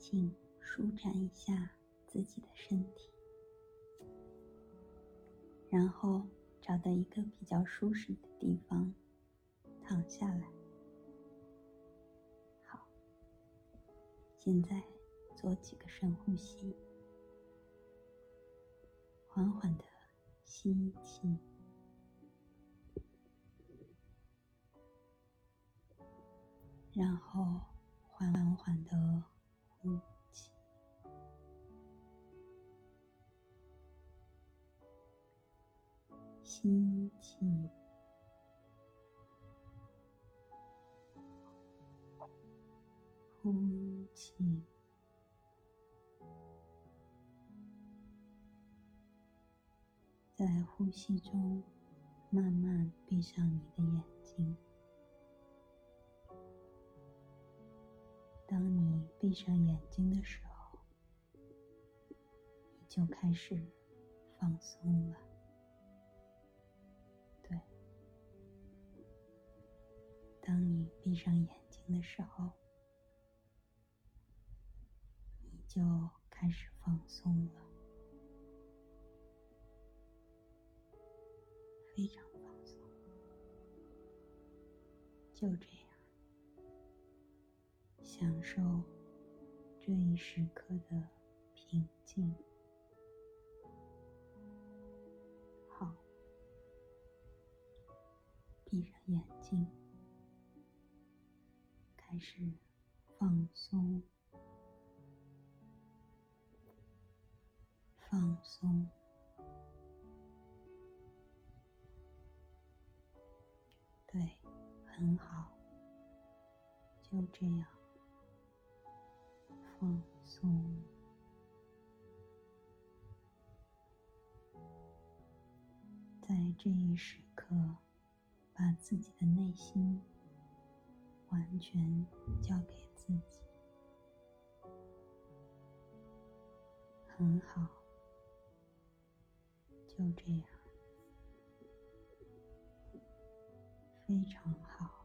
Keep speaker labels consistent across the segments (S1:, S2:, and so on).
S1: 请舒展一下自己的身体，然后找到一个比较舒适的地方躺下来。好，现在做几个深呼吸，缓缓地吸气，然后缓缓地呼气，吸气，呼气，在呼吸中慢慢闭上你的眼睛。当你闭上眼睛的时候，你就开始放松了。对，当你闭上眼睛的时候，你就开始放松了，非常放松。就这样，享受这一时刻的平静。好，闭上眼睛，开始放松，放松。对，很好，就这样放松。在这一时刻，把自己的内心完全交给自己。很好，就这样，非常好。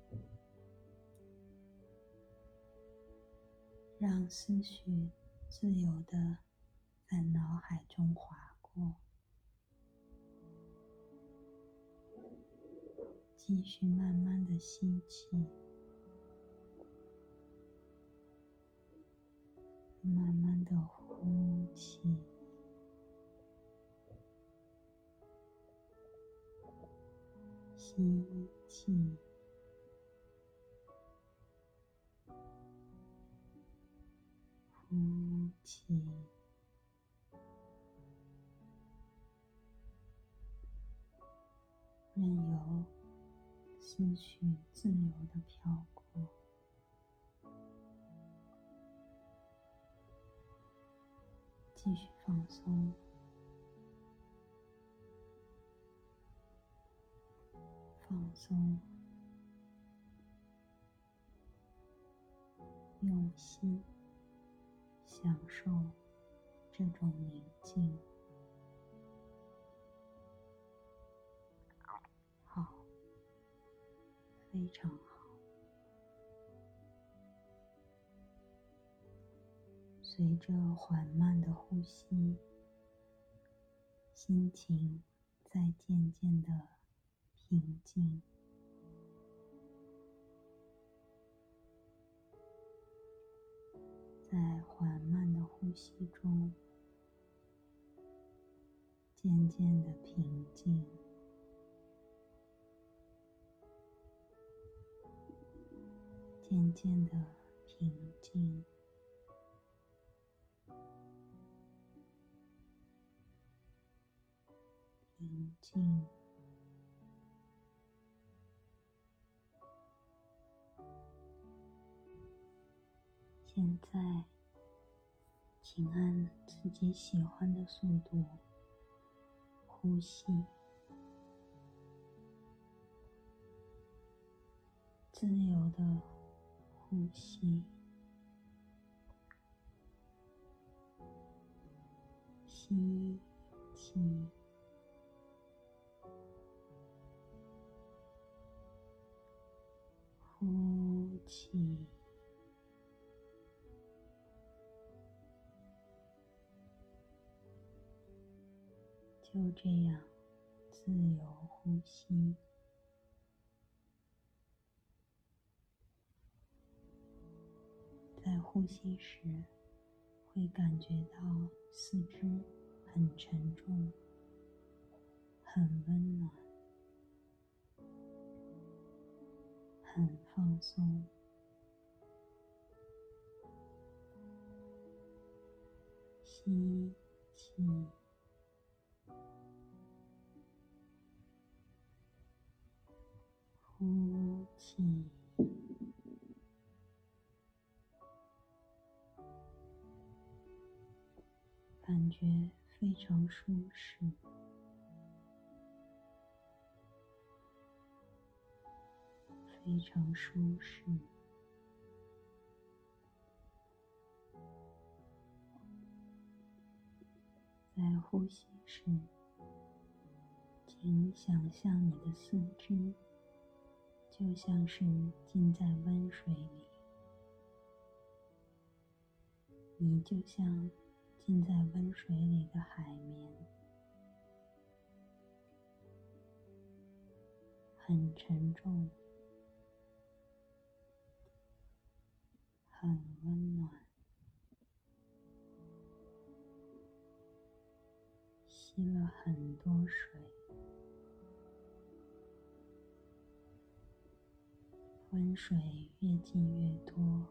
S1: 让思绪自由地在脑海中划过，继续慢慢地吸气，慢慢地呼气，吸气，呼气，任由思绪自由地飘过。继续放松，放松，用心享受这种宁静。好，非常好。随着缓慢的呼吸，心情在渐渐的平静。在缓慢的呼吸中，渐渐的平静，渐渐的平静，平静。现在，请按自己喜欢的速度呼吸，自由的呼吸，吸气，呼气， 就这样自由呼吸。在呼吸时，会感觉到四肢很沉重，很温暖，很放松。吸气，呼气，感觉非常舒适，非常舒适。在呼吸时，请想象你的四肢就像是浸在温水里，你就像浸在温水里的海绵，很沉重，很温暖。吸了很多水，温水越进越多，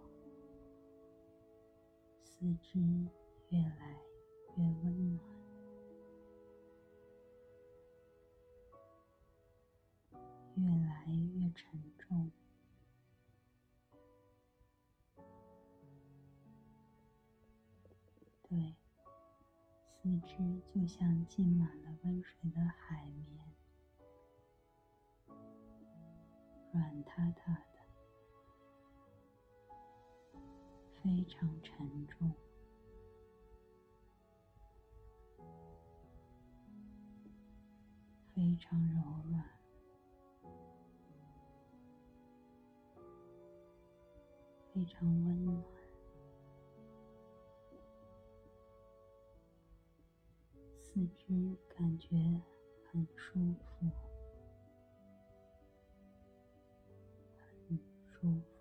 S1: 四肢越来越温暖，越来越沉重。对，四肢就像浸满了温水的海绵，软塌塌的，非常沉重，非常柔软，非常温暖。四肢感觉很舒服，很舒服。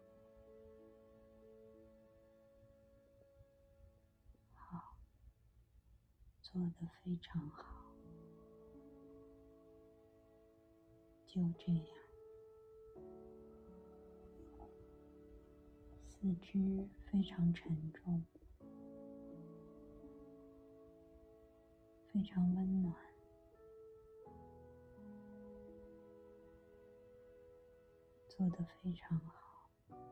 S1: 好，做得非常好。就这样，四肢非常沉重，非常温暖，做得非常好。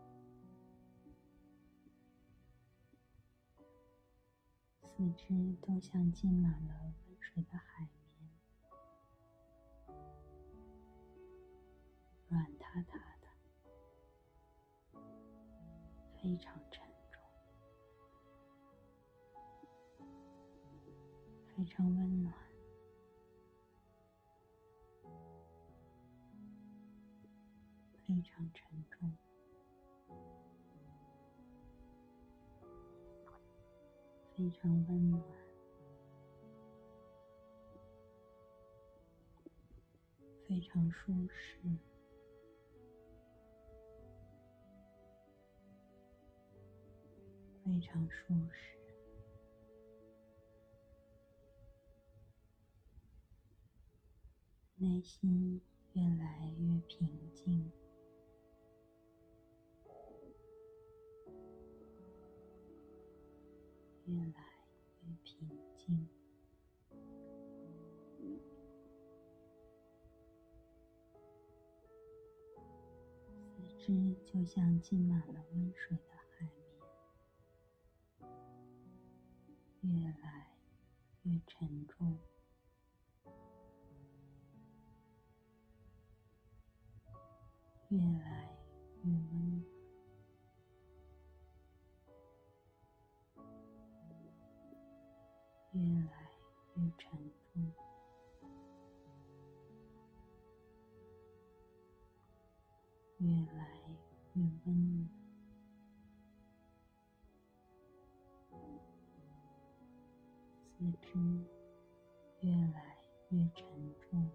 S1: 四肢都像浸满了温水的海绵，软塌塌的，非常沉重，非常温暖，非常沉重，非常温暖，非常舒适，非常舒适。内心越来越平静，越来越平静。四肢就像浸满了温水的海绵，越来越沉重，越来越温暖，越来越沉重，越来越温暖。四肢越来越沉重，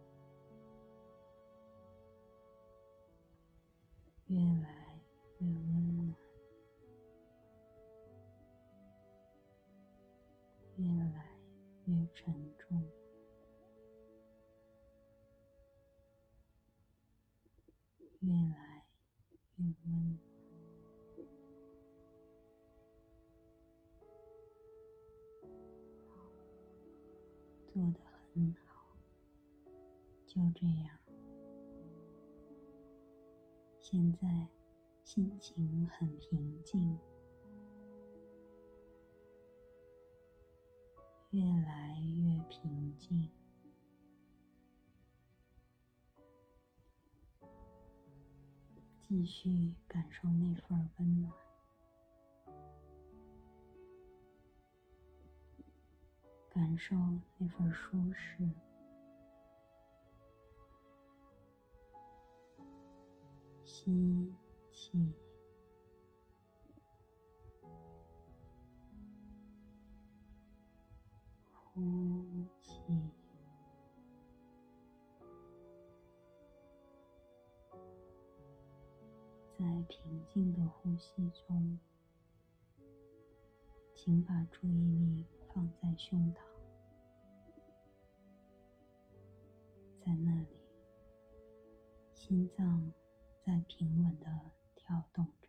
S1: 越来越温暖，越来越沉重，越来越温暖。做得很好，就这样。现在心情很平静，越来越平静。继续感受那份温暖，感受那份舒适。吸气，呼气，在平静的呼吸中，请把注意力放在胸膛，在那里，心脏在平稳地跳动着，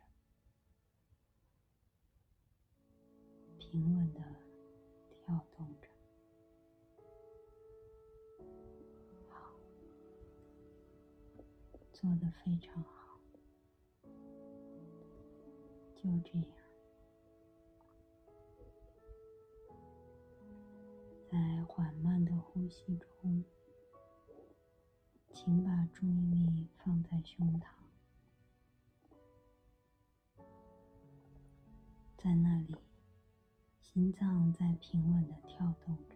S1: 平稳地跳动着。好，做得非常好，就这样。在缓慢的呼吸中，请把注意力放在胸膛，在那里，心脏在平稳地跳动着，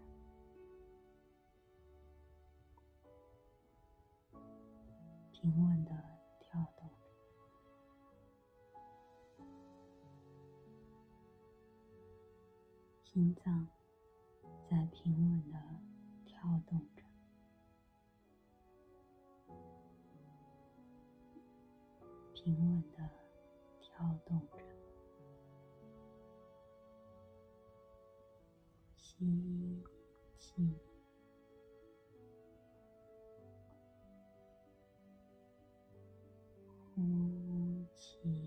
S1: 平稳地跳动着。心脏在平稳地跳动着，平稳地跳动着。吸气，呼气，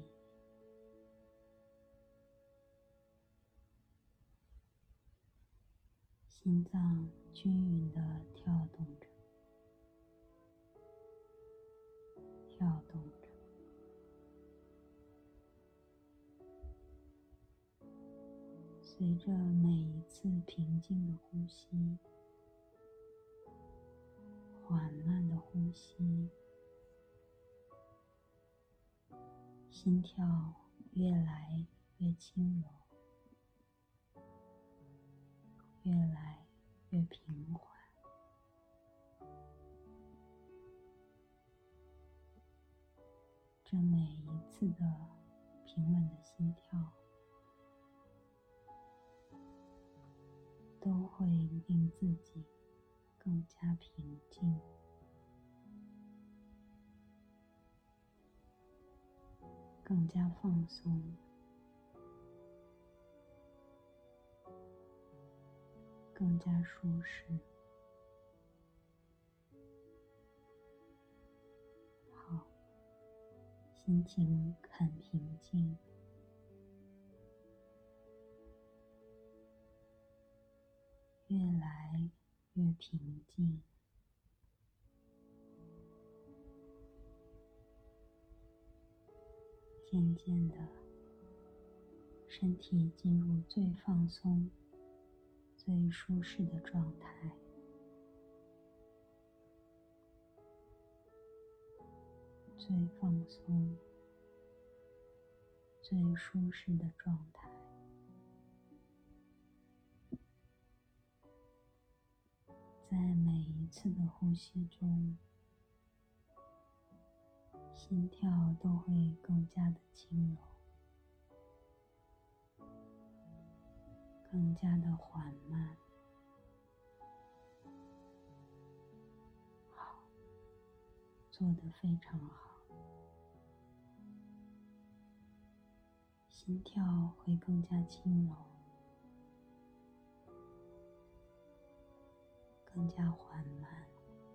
S1: 心脏均匀地跳动着，跳动着。随着每一次平静的呼吸，缓慢的呼吸，心跳越来越轻柔，越来越平缓。这每一次的平稳的心跳，都会令自己更加平静，更加放松，更加舒适。好，心情很平静，越来越平静。渐渐的，身体进入最放松、最舒适的状态，最放松、最舒适的状态。在每一次的呼吸中，心跳都会更加的轻柔，更加的缓慢， 做得非常好，心跳会更加轻柔，更加缓慢。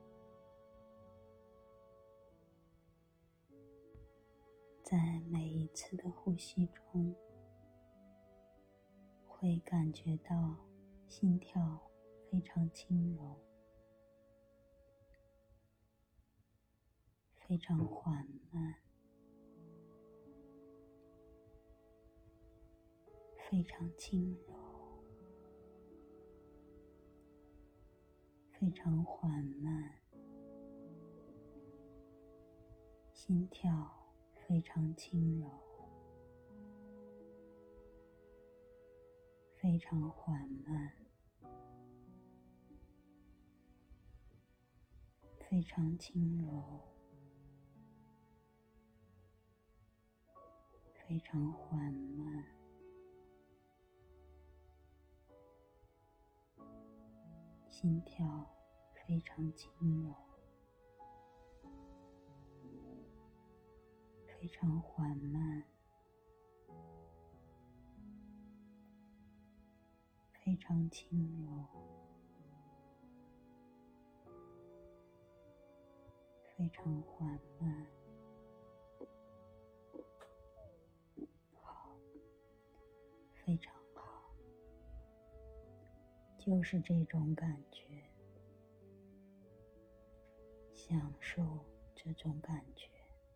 S1: 在每一次的呼吸中，会感觉到心跳非常轻柔，非常缓慢，非常轻柔，非常缓慢，心跳非常轻柔，非常缓慢，非常轻柔，非常缓慢，心跳非常轻柔，非常缓慢，非常轻柔，非常缓慢。好，非常好，就是这种感觉，享受这种感觉，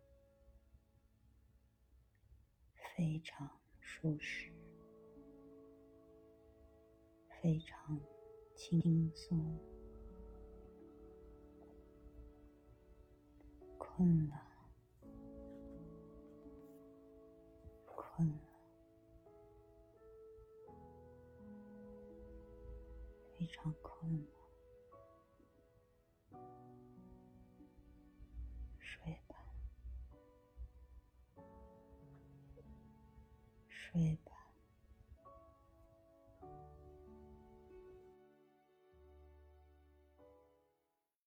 S1: 非常舒适，非常轻松。困了，困了，非常困了，睡吧，睡吧。